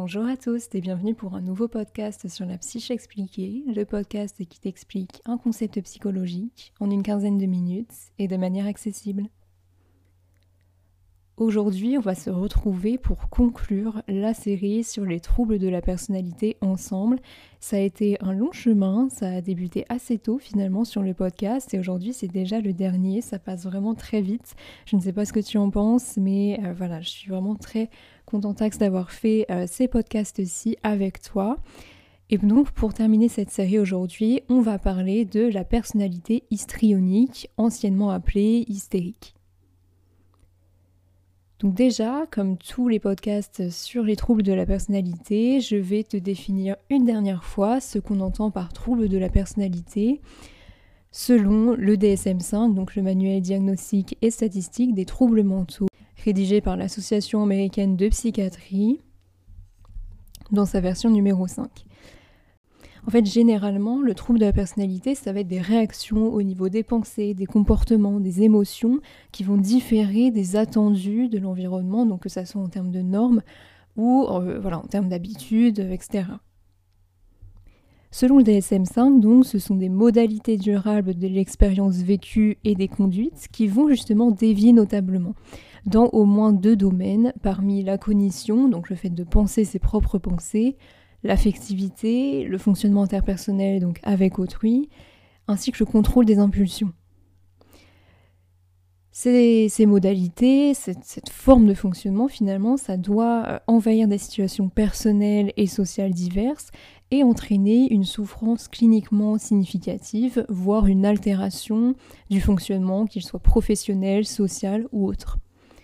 Bonjour à tous et bienvenue pour un nouveau podcast sur la psyché expliquée, le podcast qui t'explique un concept psychologique en une quinzaine de minutes et de manière accessible. Aujourd'hui, on va se retrouver pour conclure la série sur les troubles de la personnalité ensemble. Ça a été un long chemin, ça a débuté assez tôt finalement sur le podcast et aujourd'hui c'est déjà le dernier, ça passe vraiment très vite. Je ne sais pas ce que tu en penses, mais voilà, je suis vraiment très contente d'avoir fait ces podcasts-ci avec toi. Et donc pour terminer cette série aujourd'hui, on va parler de la personnalité histrionique, anciennement appelée hystérique. Donc déjà, comme tous les podcasts sur les troubles de la personnalité, je vais te définir une dernière fois ce qu'on entend par troubles de la personnalité selon le DSM-5, donc le manuel diagnostique et statistique des troubles mentaux, rédigé par l'Association américaine de psychiatrie dans sa version numéro 5. En fait, généralement, le trouble de la personnalité, ça va être des réactions au niveau des pensées, des comportements, des émotions qui vont différer des attendus de l'environnement, donc que ça soit en termes de normes ou en termes d'habitudes, etc. Selon le DSM-5, donc, ce sont des modalités durables de l'expérience vécue et des conduites qui vont justement dévier notablement dans au moins 2 domaines, parmi la cognition, donc le fait de penser ses propres pensées, l'affectivité, le fonctionnement interpersonnel donc avec autrui, ainsi que le contrôle des impulsions. Ces modalités, cette forme de fonctionnement finalement, ça doit envahir des situations personnelles et sociales diverses et entraîner une souffrance cliniquement significative, voire une altération du fonctionnement, qu'il soit professionnel, social ou autre.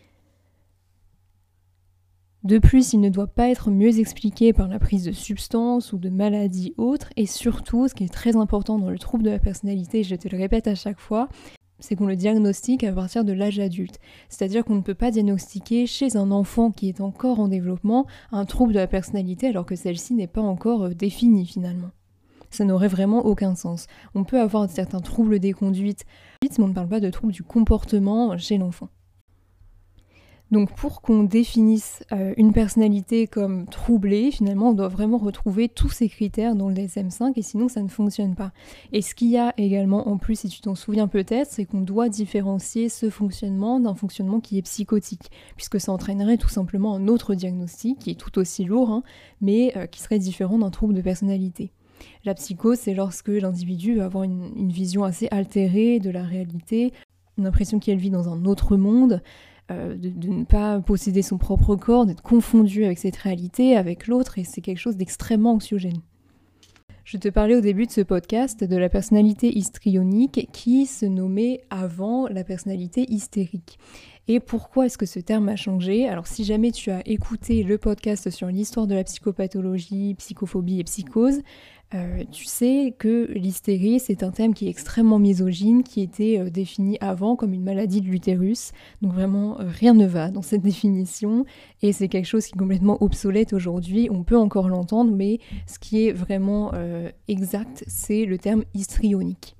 De plus, il ne doit pas être mieux expliqué par la prise de substances ou de maladies autres, et surtout, ce qui est très important dans le trouble de la personnalité, je te le répète à chaque fois, c'est qu'on le diagnostique à partir de l'âge adulte. C'est-à-dire qu'on ne peut pas diagnostiquer chez un enfant qui est encore en développement un trouble de la personnalité alors que celle-ci n'est pas encore définie finalement. Ça n'aurait vraiment aucun sens. On peut avoir certains troubles des conduites, mais on ne parle pas de troubles du comportement chez l'enfant. Donc pour qu'on définisse une personnalité comme troublée, finalement, on doit vraiment retrouver tous ces critères dans le DSM-5 et sinon ça ne fonctionne pas. Et ce qu'il y a également en plus, si tu t'en souviens peut-être, c'est qu'on doit différencier ce fonctionnement d'un fonctionnement qui est psychotique, puisque ça entraînerait tout simplement un autre diagnostic qui est tout aussi lourd, mais qui serait différent d'un trouble de personnalité. La psychose, c'est lorsque l'individu va avoir une vision assez altérée de la réalité, une impression qu'elle vit dans un autre monde, de ne pas posséder son propre corps, d'être confondu avec cette réalité, avec l'autre, et c'est quelque chose d'extrêmement anxiogène. Je te parlais au début de ce podcast de la personnalité histrionique qui se nommait avant la personnalité hystérique. Et pourquoi est-ce que ce terme a changé ? Alors si jamais tu as écouté le podcast sur l'histoire de la psychopathologie, psychophobie et psychose, tu sais que l'hystérie, c'est un terme qui est extrêmement misogyne, qui était défini avant comme une maladie de l'utérus. Donc vraiment, rien ne va dans cette définition et c'est quelque chose qui est complètement obsolète aujourd'hui. On peut encore l'entendre, mais ce qui est vraiment exact, c'est le terme histrionique.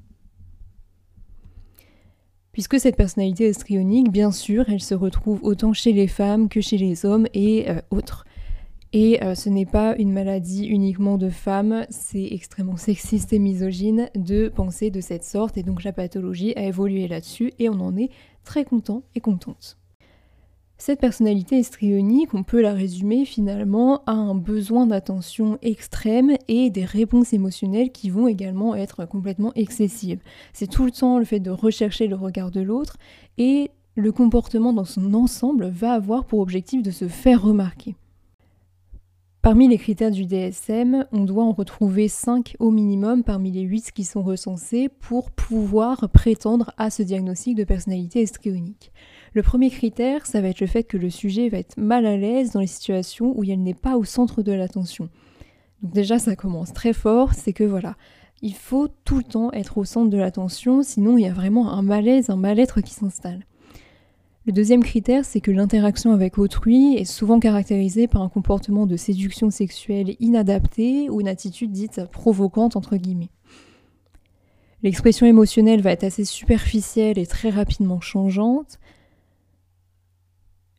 Puisque cette personnalité histrionique, bien sûr, elle se retrouve autant chez les femmes que chez les hommes et autres. Et ce n'est pas une maladie uniquement de femmes, c'est extrêmement sexiste et misogyne de penser de cette sorte. Et donc la pathologie a évolué là-dessus et on en est très content et contente. Cette personnalité histrionique, on peut la résumer finalement à un besoin d'attention extrême et des réponses émotionnelles qui vont également être complètement excessives. C'est tout le temps le fait de rechercher le regard de l'autre et le comportement dans son ensemble va avoir pour objectif de se faire remarquer. Parmi les critères du DSM, on doit en retrouver 5 au minimum parmi les 8 qui sont recensés pour pouvoir prétendre à ce diagnostic de personnalité histrionique. Le premier critère, ça va être le fait que le sujet va être mal à l'aise dans les situations où il n'est pas au centre de l'attention. Donc déjà, ça commence très fort, c'est que voilà, il faut tout le temps être au centre de l'attention, sinon il y a vraiment un malaise, un mal-être qui s'installe. Le deuxième critère, c'est que l'interaction avec autrui est souvent caractérisée par un comportement de séduction sexuelle inadapté ou une attitude dite provocante entre guillemets. L'expression émotionnelle va être assez superficielle et très rapidement changeante.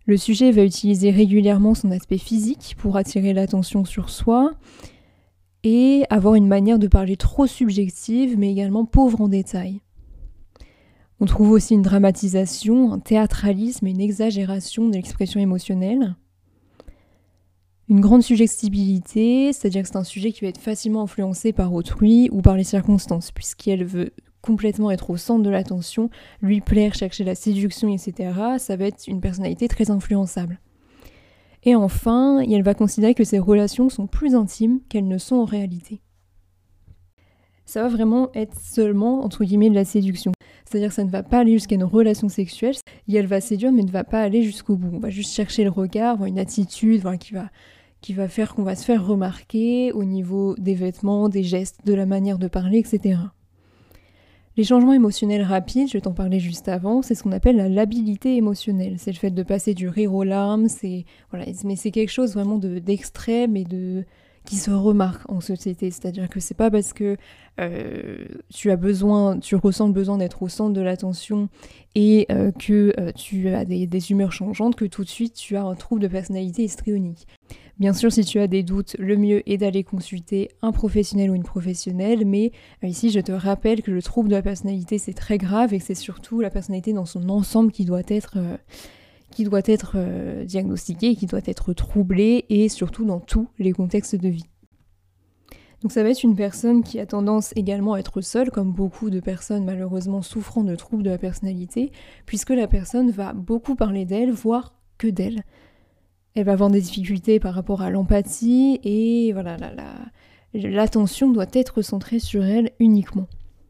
Le sujet va utiliser régulièrement son aspect physique pour attirer l'attention sur soi et avoir une manière de parler trop subjective mais également pauvre en détails. On trouve aussi une dramatisation, un théâtralisme et une exagération de l'expression émotionnelle. Une grande suggestibilité, c'est-à-dire que c'est un sujet qui va être facilement influencé par autrui ou par les circonstances, puisqu'elle veut complètement être au centre de l'attention, lui plaire, chercher la séduction, etc. Ça va être une personnalité très influençable. Et enfin, elle va considérer que ses relations sont plus intimes qu'elles ne sont en réalité. Ça va vraiment être seulement, entre guillemets, de la séduction. C'est-à-dire que ça ne va pas aller jusqu'à une relation sexuelle, et elle va séduire mais ne va pas aller jusqu'au bout. On va juste chercher le regard, une attitude qui va faire qu'on va se faire remarquer au niveau des vêtements, des gestes, de la manière de parler, etc. Les changements émotionnels rapides, je vais t'en parler juste avant, c'est ce qu'on appelle la labilité émotionnelle. C'est le fait de passer du rire aux larmes, mais c'est quelque chose vraiment d'extrême et qui se remarque en société. C'est-à-dire que c'est pas parce que tu ressens le besoin d'être au centre de l'attention et que tu as des humeurs changeantes que tout de suite tu as un trouble de personnalité histrionique. Bien sûr, si tu as des doutes, le mieux est d'aller consulter un professionnel ou une professionnelle, mais ici je te rappelle que le trouble de la personnalité c'est très grave et que c'est surtout la personnalité dans son ensemble qui doit être diagnostiquée, qui doit être troublée et surtout dans tous les contextes de vie. Donc ça va être une personne qui a tendance également à être seule, comme beaucoup de personnes malheureusement souffrant de troubles de la personnalité, puisque la personne va beaucoup parler d'elle, voire que d'elle. Elle va avoir des difficultés par rapport à l'empathie et voilà, l'attention doit être centrée sur elle uniquement.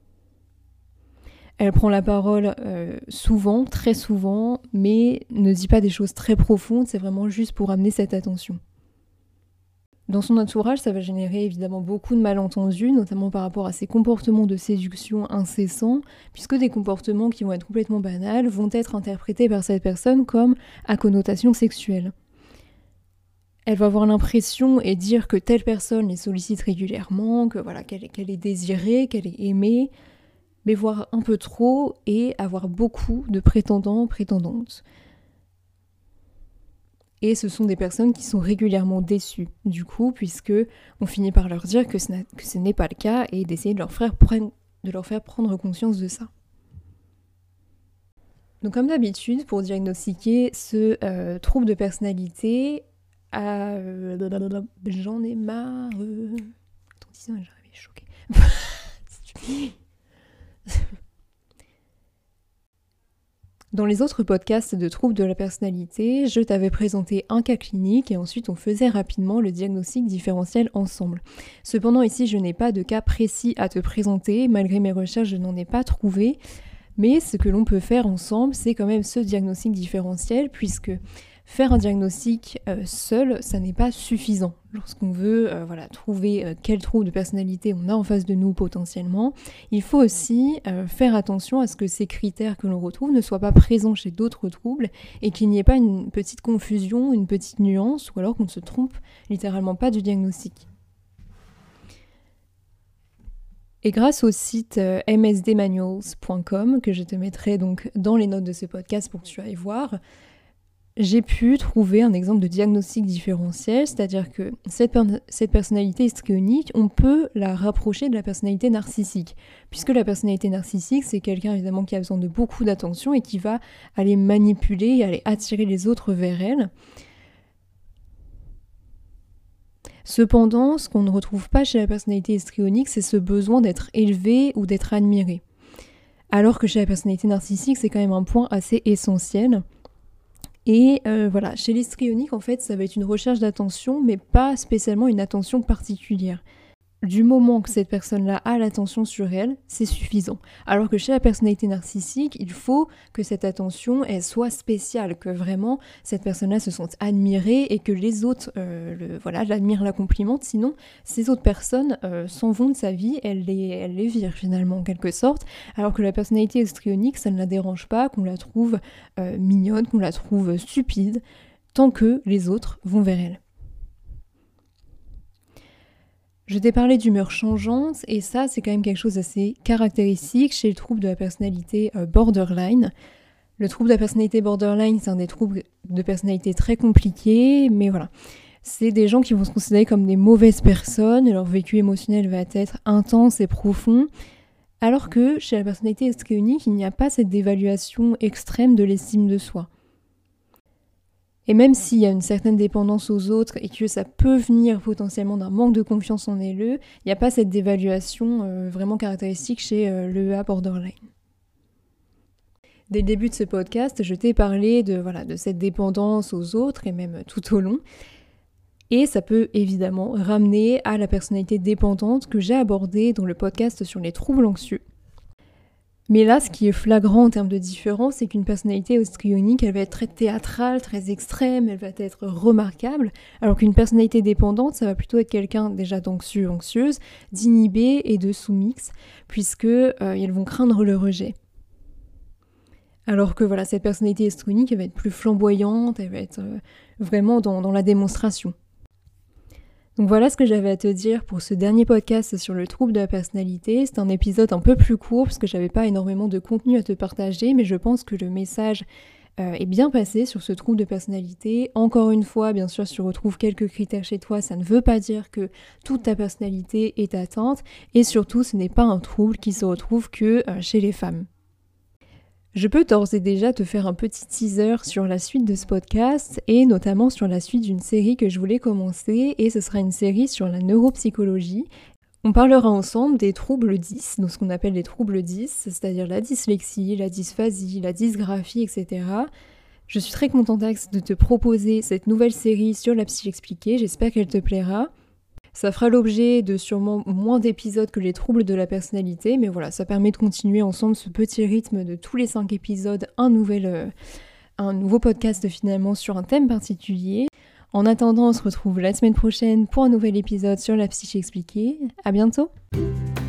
Elle prend la parole souvent, très souvent, mais ne dit pas des choses très profondes, c'est vraiment juste pour amener cette attention. Dans son entourage, ça va générer évidemment beaucoup de malentendus, notamment par rapport à ses comportements de séduction incessants, puisque des comportements qui vont être complètement banals vont être interprétés par cette personne comme à connotation sexuelle. Elle va avoir l'impression et dire que telle personne les sollicite régulièrement, que voilà, qu'elle est désirée, qu'elle est aimée, mais voire un peu trop, et avoir beaucoup de prétendants, prétendantes. Et ce sont des personnes qui sont régulièrement déçues, du coup, puisque on finit par leur dire que ce n'est pas le cas, et d'essayer de leur faire prendre conscience de ça. Donc comme d'habitude, pour diagnostiquer ce trouble de personnalité, j'en ai marre. Attends, 10 ans, j'arrivais choquée. Dans les autres podcasts de troubles de la personnalité, je t'avais présenté un cas clinique et ensuite on faisait rapidement le diagnostic différentiel ensemble. Cependant ici je n'ai pas de cas précis à te présenter, malgré mes recherches je n'en ai pas trouvé, mais ce que l'on peut faire ensemble c'est quand même ce diagnostic différentiel puisque faire un diagnostic seul, ça n'est pas suffisant. Lorsqu'on veut trouver quel trouble de personnalité on a en face de nous potentiellement, il faut aussi faire attention à ce que ces critères que l'on retrouve ne soient pas présents chez d'autres troubles et qu'il n'y ait pas une petite confusion, une petite nuance, ou alors qu'on ne se trompe littéralement pas du diagnostic. Et grâce au site msdmanuals.com, que je te mettrai donc dans les notes de ce podcast pour que tu ailles voir, j'ai pu trouver un exemple de diagnostic différentiel, c'est-à-dire que cette personnalité histrionique, on peut la rapprocher de la personnalité narcissique, puisque la personnalité narcissique, c'est quelqu'un évidemment qui a besoin de beaucoup d'attention et qui va aller manipuler et aller attirer les autres vers elle. Cependant, ce qu'on ne retrouve pas chez la personnalité histrionique, c'est ce besoin d'être élevé ou d'être admiré. Alors que chez la personnalité narcissique, c'est quand même un point assez essentiel. Et chez l'histrionique, en fait, ça va être une recherche d'attention, mais pas spécialement une attention particulière. Du moment que cette personne-là a l'attention sur elle, c'est suffisant. Alors que chez la personnalité narcissique, il faut que cette attention, elle soit spéciale, que vraiment cette personne-là se sente admirée et que les autres l'admirent, la complimentent. Sinon, ces autres personnes s'en vont de sa vie, elle les vire finalement en quelque sorte. Alors que la personnalité histrionique, ça ne la dérange pas, qu'on la trouve mignonne, qu'on la trouve stupide, tant que les autres vont vers elle. Je t'ai parlé d'humeur changeante et ça c'est quand même quelque chose d'assez caractéristique chez le trouble de la personnalité borderline. Le trouble de la personnalité borderline, c'est un des troubles de personnalité très compliqués, mais voilà. C'est des gens qui vont se considérer comme des mauvaises personnes, et leur vécu émotionnel va être intense et profond, alors que chez la personnalité histrionique, il n'y a pas cette dévaluation extrême de l'estime de soi. Et même s'il y a une certaine dépendance aux autres et que ça peut venir potentiellement d'un manque de confiance en eux, il n'y a pas cette dévaluation vraiment caractéristique chez l'EEA borderline. Dès le début de ce podcast, je t'ai parlé de cette dépendance aux autres et même tout au long. Et ça peut évidemment ramener à la personnalité dépendante que j'ai abordée dans le podcast sur les troubles anxieux. Mais là, ce qui est flagrant en termes de différence, c'est qu'une personnalité histrionique, elle va être très théâtrale, très extrême, elle va être remarquable, alors qu'une personnalité dépendante, ça va plutôt être quelqu'un déjà d'anxieux, anxieuse, d'inhibé et de sous-mix, puisque elles vont craindre le rejet. Alors que cette personnalité histrionique, elle va être plus flamboyante, elle va être vraiment dans la démonstration. Donc voilà ce que j'avais à te dire pour ce dernier podcast sur le trouble de la personnalité. C'est un épisode un peu plus court parce que j'avais pas énormément de contenu à te partager, mais je pense que le message est bien passé sur ce trouble de personnalité. Encore une fois, bien sûr, si tu retrouves quelques critères chez toi, ça ne veut pas dire que toute ta personnalité est atteinte, et surtout, ce n'est pas un trouble qui se retrouve que chez les femmes. Je peux d'ores et déjà te faire un petit teaser sur la suite de ce podcast et notamment sur la suite d'une série que je voulais commencer, et ce sera une série sur la neuropsychologie. On parlera ensemble des troubles 10, donc ce qu'on appelle les troubles 10, c'est-à-dire la dyslexie, la dysphasie, la dysgraphie, etc. Je suis très contente de te proposer cette nouvelle série sur la psy expliquée, j'espère qu'elle te plaira. Ça fera l'objet de sûrement moins d'épisodes que les troubles de la personnalité, mais voilà, ça permet de continuer ensemble ce petit rythme de tous les 5 épisodes, un nouveau podcast finalement sur un thème particulier. En attendant, on se retrouve la semaine prochaine pour un nouvel épisode sur la psyché expliquée. À bientôt!